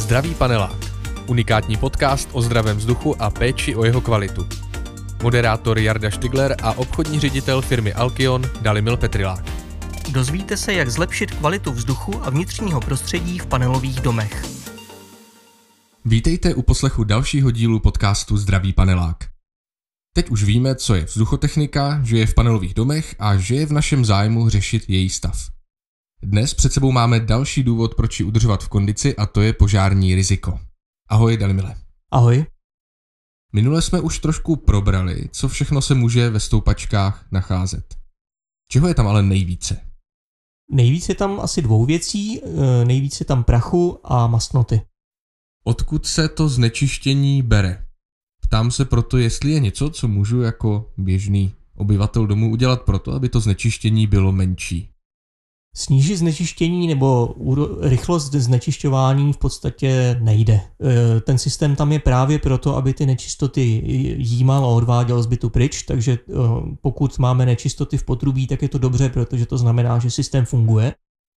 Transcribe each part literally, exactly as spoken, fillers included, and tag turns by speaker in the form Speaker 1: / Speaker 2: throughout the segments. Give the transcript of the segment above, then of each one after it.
Speaker 1: Zdravý panelák. Unikátní podcast o zdravém vzduchu a péči o jeho kvalitu. Moderátor Jarda Štigler a obchodní ředitel firmy Alkion Dalimil Petrilák.
Speaker 2: Dozvíte se, jak zlepšit kvalitu vzduchu a vnitřního prostředí v panelových domech.
Speaker 1: Vítejte u poslechu dalšího dílu podcastu Zdravý panelák. Teď už víme, co je vzduchotechnika, že je v panelových domech a že je v našem zájmu řešit její stav. Dnes před sebou máme další důvod, proč ji udržovat v kondici, a to je požární riziko. Ahoj Dalimile.
Speaker 2: Ahoj.
Speaker 1: Minule jsme už trošku probrali, co všechno se může ve stoupačkách nacházet. Čeho je tam ale nejvíce?
Speaker 2: Nejvíc je tam asi dvou věcí, nejvíc je tam prachu a mastnoty.
Speaker 1: Odkud se to znečištění bere? Ptám se proto, jestli je něco, co můžu jako běžný obyvatel domu udělat proto, aby to znečištění bylo menší.
Speaker 2: Snížit znečištění nebo rychlost znečišťování v podstatě nejde. Ten systém tam je právě proto, aby ty nečistoty jímal a odváděl z bytu pryč, takže pokud máme nečistoty v potrubí, tak je to dobře, protože to znamená, že systém funguje.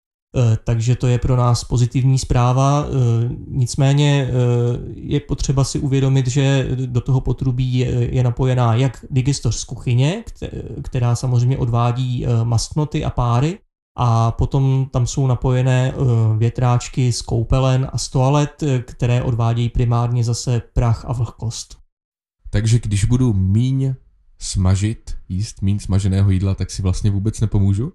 Speaker 2: Takže to je pro nás pozitivní zpráva. Nicméně je potřeba si uvědomit, že do toho potrubí je napojená jak digestoř z kuchyně, která samozřejmě odvádí mastnoty a páry, a potom tam jsou napojené větráčky z koupelen a z toalet, které odvádějí primárně zase prach a vlhkost.
Speaker 1: Takže když budu míň smažit, jíst míň smaženého jídla, tak si vlastně vůbec nepomůžu?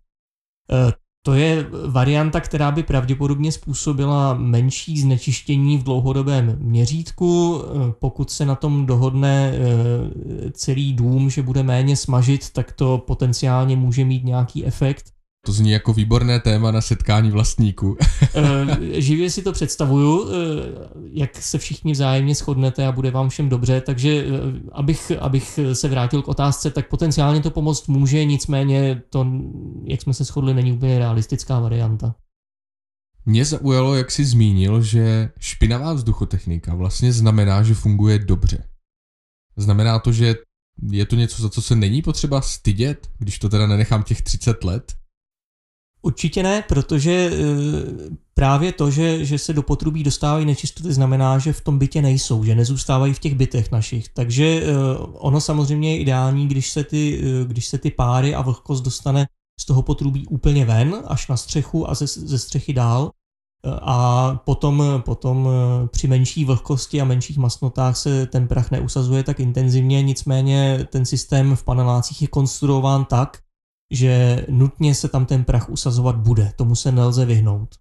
Speaker 2: To je varianta, která by pravděpodobně způsobila menší znečištění v dlouhodobém měřítku. Pokud se na tom dohodne celý dům, že bude méně smažit, tak to potenciálně může mít nějaký efekt.
Speaker 1: To zní jako výborné téma na setkání vlastníků.
Speaker 2: Živě si to představuju, jak se všichni vzájemně shodnete a bude vám všem dobře, takže abych, abych se vrátil k otázce, tak potenciálně to pomoct může, nicméně to, jak jsme se shodli, není úplně realistická varianta.
Speaker 1: Mě zaujalo, jak jsi zmínil, že špinavá vzduchotechnika vlastně znamená, že funguje dobře. Znamená to, že je to něco, za co se není potřeba stydět, když to teda nenechám těch třicet let?
Speaker 2: Určitě ne, protože právě to, že, že se do potrubí dostávají nečistoty, znamená, že v tom bytě nejsou, že nezůstávají v těch bytech našich. Takže ono samozřejmě je ideální, když se ty, když se ty páry a vlhkost dostane z toho potrubí úplně ven, až na střechu a ze, ze střechy dál. A potom, potom při menší vlhkosti a menších mastnotách se ten prach neusazuje tak intenzivně, nicméně ten systém v panelácích je konstruován tak, že nutně se tam ten prach usazovat bude. Tomu se nelze vyhnout.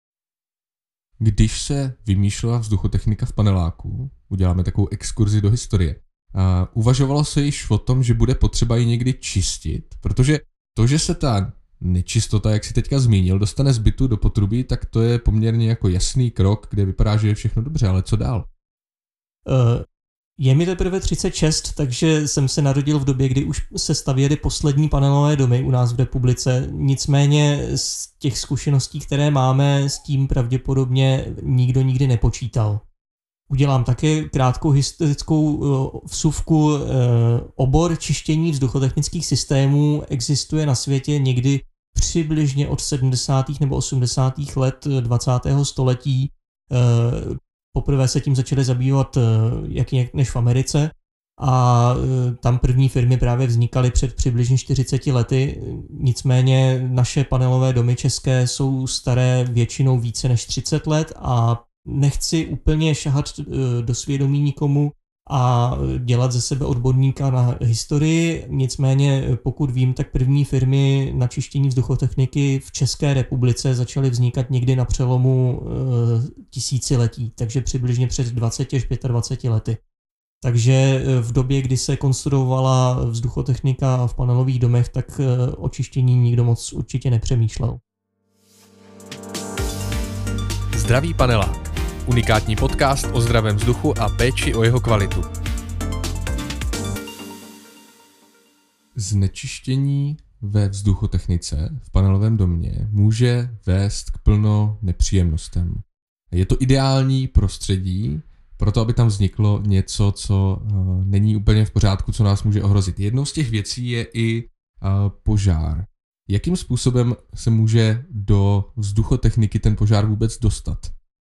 Speaker 1: Když se vymýšlela vzduchotechnika v paneláku, uděláme takovou exkurzi do historie, a uvažovalo se již o tom, že bude potřeba ji někdy čistit, protože to, že se ta nečistota, jak si teďka zmínil, dostane z bytu do potrubí, tak to je poměrně jako jasný krok, kde vypadá, že je všechno dobře, ale co dál?
Speaker 2: Uh... Je mi teprve třicet šest, takže jsem se narodil v době, kdy už se stavěly poslední panelové domy u nás v republice. Nicméně z těch zkušeností, které máme, s tím pravděpodobně nikdo nikdy nepočítal. Udělám také krátkou historickou vsuvku. Obor čištění vzduchotechnických systémů existuje na světě někdy přibližně od sedmdesátých nebo osmdesátých let dvacátého století. Poprvé se tím začaly zabývat jak než v Americe a tam první firmy právě vznikaly před přibližně čtyřiceti lety. Nicméně naše panelové domy české jsou staré většinou více než třicet let a nechci úplně šahat do svědomí nikomu a dělat ze sebe odborníka na historii. Nicméně pokud vím, tak první firmy na čištění vzduchotechniky v České republice začaly vznikat někdy na přelomu e, tisíciletí, takže přibližně před dvaceti až dvaceti pěti lety. Takže v době, kdy se konstruovala vzduchotechnika v panelových domech, tak o čištění nikdo moc určitě nepřemýšlel.
Speaker 1: Zdravý panelák. Unikátní podcast o zdravém vzduchu a péči o jeho kvalitu. Znečištění ve vzduchotechnice v panelovém domě může vést k plno nepříjemnostem. Je to ideální prostředí pro to, aby tam vzniklo něco, co uh, není úplně v pořádku, co nás může ohrozit. Jednou z těch věcí je i uh, požár. Jakým způsobem se může do vzduchotechniky ten požár vůbec dostat?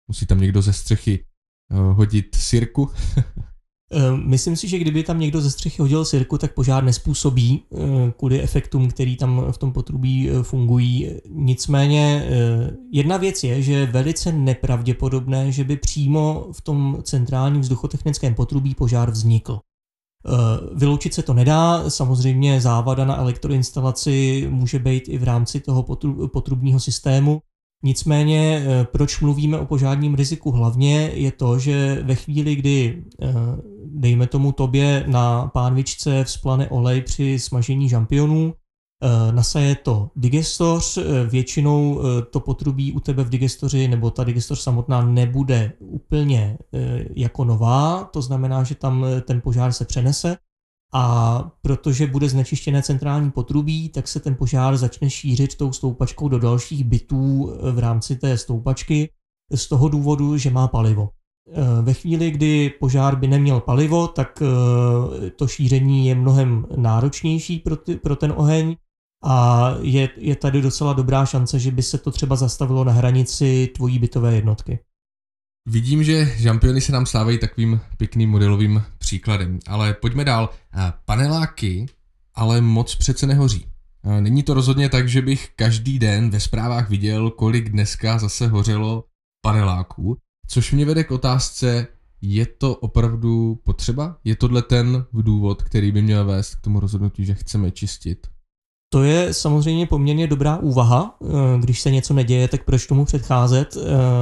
Speaker 1: Musí tam někdo ze střechy uh, hodit sirku?
Speaker 2: Myslím si, že kdyby tam někdo ze střechy hodil sirku, tak požár nespůsobí kvůli efektům, který tam v tom potrubí fungují. Nicméně jedna věc je, že je velice nepravděpodobné, že by přímo v tom centrálním vzduchotechnickém potrubí požár vznikl. Vyloučit se to nedá, samozřejmě závada na elektroinstalaci může být i v rámci toho potrubního systému. Nicméně, proč mluvíme o požárním riziku hlavně, je to, že ve chvíli, kdy, dejme tomu tobě na pánvičce vzplane olej při smažení žampionů, nasaje to digestoř, většinou to potrubí u tebe v digestoři nebo ta digestoř samotná nebude úplně jako nová, to znamená, že tam ten požár se přenese a protože bude znečištěné centrální potrubí, tak se ten požár začne šířit tou stoupačkou do dalších bytů v rámci té stoupačky z toho důvodu, že má palivo. Ve chvíli, kdy požár by neměl palivo, tak to šíření je mnohem náročnější pro, ty, pro ten oheň a je, je tady docela dobrá šance, že by se to třeba zastavilo na hranici tvojí bytové jednotky.
Speaker 1: Vidím, že žampiony se nám stávají takovým pěkným modelovým příkladem, ale pojďme dál. Paneláky ale moc přece nehoří. Není to rozhodně tak, že bych každý den ve zprávách viděl, kolik dneska zase hořelo paneláků, což mě vede k otázce, je to opravdu potřeba? Je tohle ten důvod, který by měl vést k tomu rozhodnutí, že chceme čistit?
Speaker 2: To je samozřejmě poměrně dobrá úvaha. Když se něco neděje, tak proč tomu předcházet?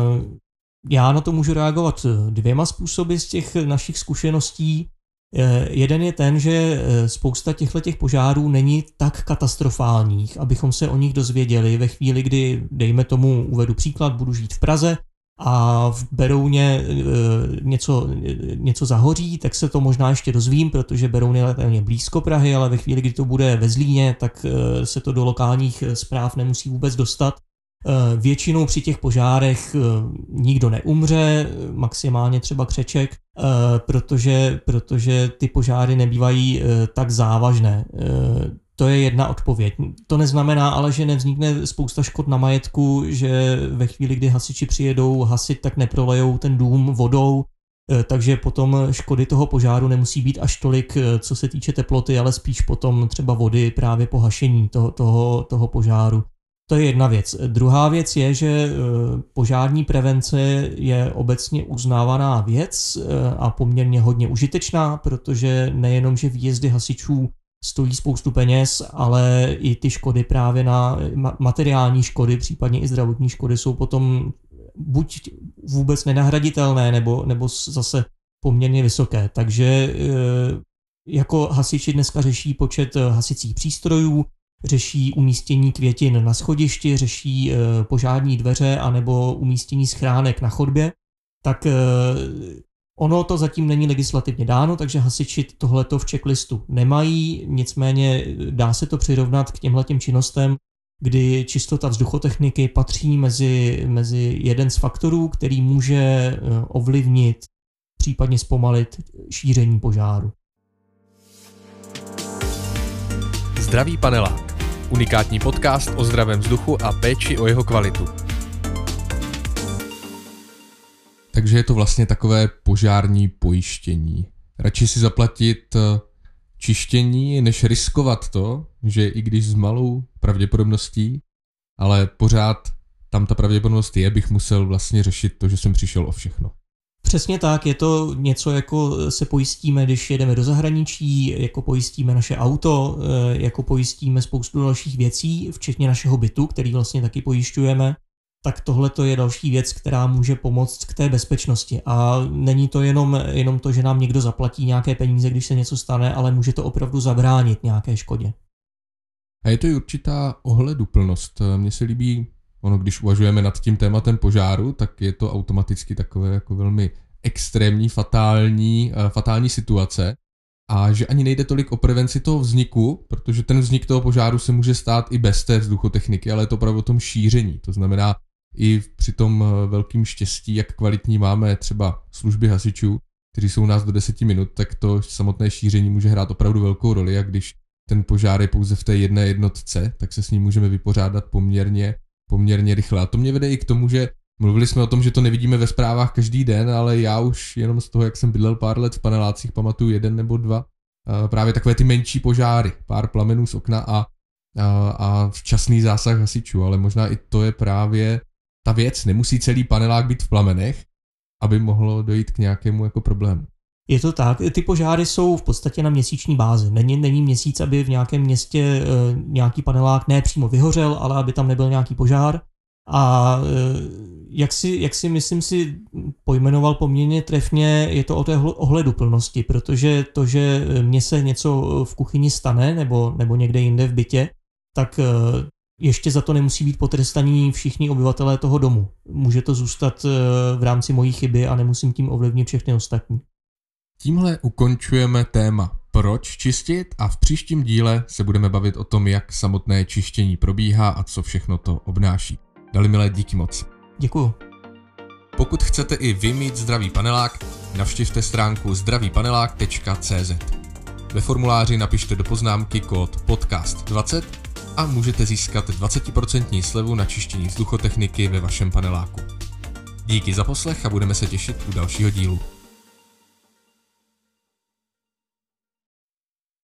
Speaker 2: Já na to můžu reagovat dvěma způsoby z těch našich zkušeností. Jeden je ten, že spousta těchto požárů není tak katastrofálních, abychom se o nich dozvěděli ve chvíli, kdy, dejme tomu, uvedu příklad, budu žít v Praze a v Berouně něco, něco zahoří, tak se to možná ještě dozvím, protože Beroun je blízko Prahy, ale ve chvíli, kdy to bude ve Zlíně, tak se to do lokálních zpráv nemusí vůbec dostat. Většinou při těch požárech nikdo neumře, maximálně třeba křeček, protože, protože ty požáry nebývají tak závažné. To je jedna odpověď. To neznamená ale, že nevznikne spousta škod na majetku, že ve chvíli, kdy hasiči přijedou hasit, tak neprolejou ten dům vodou, takže potom škody toho požáru nemusí být až tolik, co se týče teploty, ale spíš potom třeba vody právě po hašení toho, toho, toho požáru. To je jedna věc. Druhá věc je, že požární prevence je obecně uznávaná věc a poměrně hodně užitečná, protože nejenom, že výjezdy hasičů stojí spoustu peněz, ale i ty škody právě na materiální škody, případně i zdravotní škody jsou potom buď vůbec nenahraditelné, nebo, nebo zase poměrně vysoké. Takže jako hasiči dneska řeší počet hasicích přístrojů, řeší umístění květin na schodišti, řeší požární dveře anebo umístění schránek na chodbě, tak ono to zatím není legislativně dáno, takže hasiči tohleto v checklistu nemají, nicméně dá se to přirovnat k těmhletěm činnostem, kdy čistota vzduchotechniky patří mezi, mezi jeden z faktorů, který může ovlivnit, případně zpomalit šíření požáru.
Speaker 3: Zdravý panelák. Unikátní podcast o zdravém vzduchu a péči o jeho kvalitu.
Speaker 1: Takže je to vlastně takové požární pojištění. Radši si zaplatit čištění, než riskovat to, že i když s malou pravděpodobností, ale pořád tam ta pravděpodobnost je, bych musel vlastně řešit to, že jsem přišel o všechno.
Speaker 2: Přesně tak, je to něco jako se pojistíme, když jedeme do zahraničí, jako pojistíme naše auto, jako pojistíme spoustu dalších věcí, včetně našeho bytu, který vlastně taky pojišťujeme, tak tohle to je další věc, která může pomoct k té bezpečnosti. A není to jenom, jenom to, že nám někdo zaplatí nějaké peníze, když se něco stane, ale může to opravdu zabránit nějaké škodě.
Speaker 1: A je to i určitá ohleduplnost. Mně se líbí, ono, když uvažujeme nad tím tématem požáru, tak je to automaticky takové jako velmi extrémní, fatální, fatální situace. A že ani nejde tolik o prevenci toho vzniku, protože ten vznik toho požáru se může stát i bez té vzduchotechniky, ale je to opravdu o tom šíření. To znamená, i při tom velkým štěstí, jak kvalitní máme třeba služby hasičů, kteří jsou u nás do deseti minut, tak to samotné šíření může hrát opravdu velkou roli a když ten požár je pouze v té jedné jednotce, tak se s ním můžeme vypořádat poměrně, poměrně rychle. A to mě vede i k tomu, že Mluvili jsme o tom, že to nevidíme ve zprávách každý den, ale já už jenom z toho, jak jsem bydlel pár let v panelácích, pamatuju jeden nebo dva, právě takové ty menší požáry, pár plamenů z okna a, a, a včasný zásah hasičů, ale možná i to je právě ta věc, nemusí celý panelák být v plamenech, aby mohlo dojít k nějakému jako problému.
Speaker 2: Je to tak, ty požáry jsou v podstatě na měsíční bázi. Není, není měsíc, aby v nějakém městě e, nějaký panelák ne přímo vyhořel, ale aby tam nebyl nějaký požár. A e, jak, si, jak si myslím si pojmenoval poměrně trefně, je to o té ohleduplnosti, protože to, že mně se něco v kuchyni stane nebo, nebo někde jinde v bytě, tak e, ještě za to nemusí být potrestaní všichni obyvatelé toho domu. Může to zůstat e, v rámci mojí chyby a nemusím tím ovlivnit všechny ostatní.
Speaker 1: Tímhle ukončujeme téma proč čistit a v příštím díle se budeme bavit o tom, jak samotné čištění probíhá a co všechno to obnáší. Dalimile, díky moc.
Speaker 2: Děkuju.
Speaker 1: Pokud chcete i vy mít zdravý panelák, navštivte stránku zdraví panelák tečka cé zet. Ve formuláři napište do poznámky kód podcast dvacet a můžete získat dvacet procent slevu na čištění vzduchotechniky ve vašem paneláku. Díky za poslech a budeme se těšit u dalšího dílu.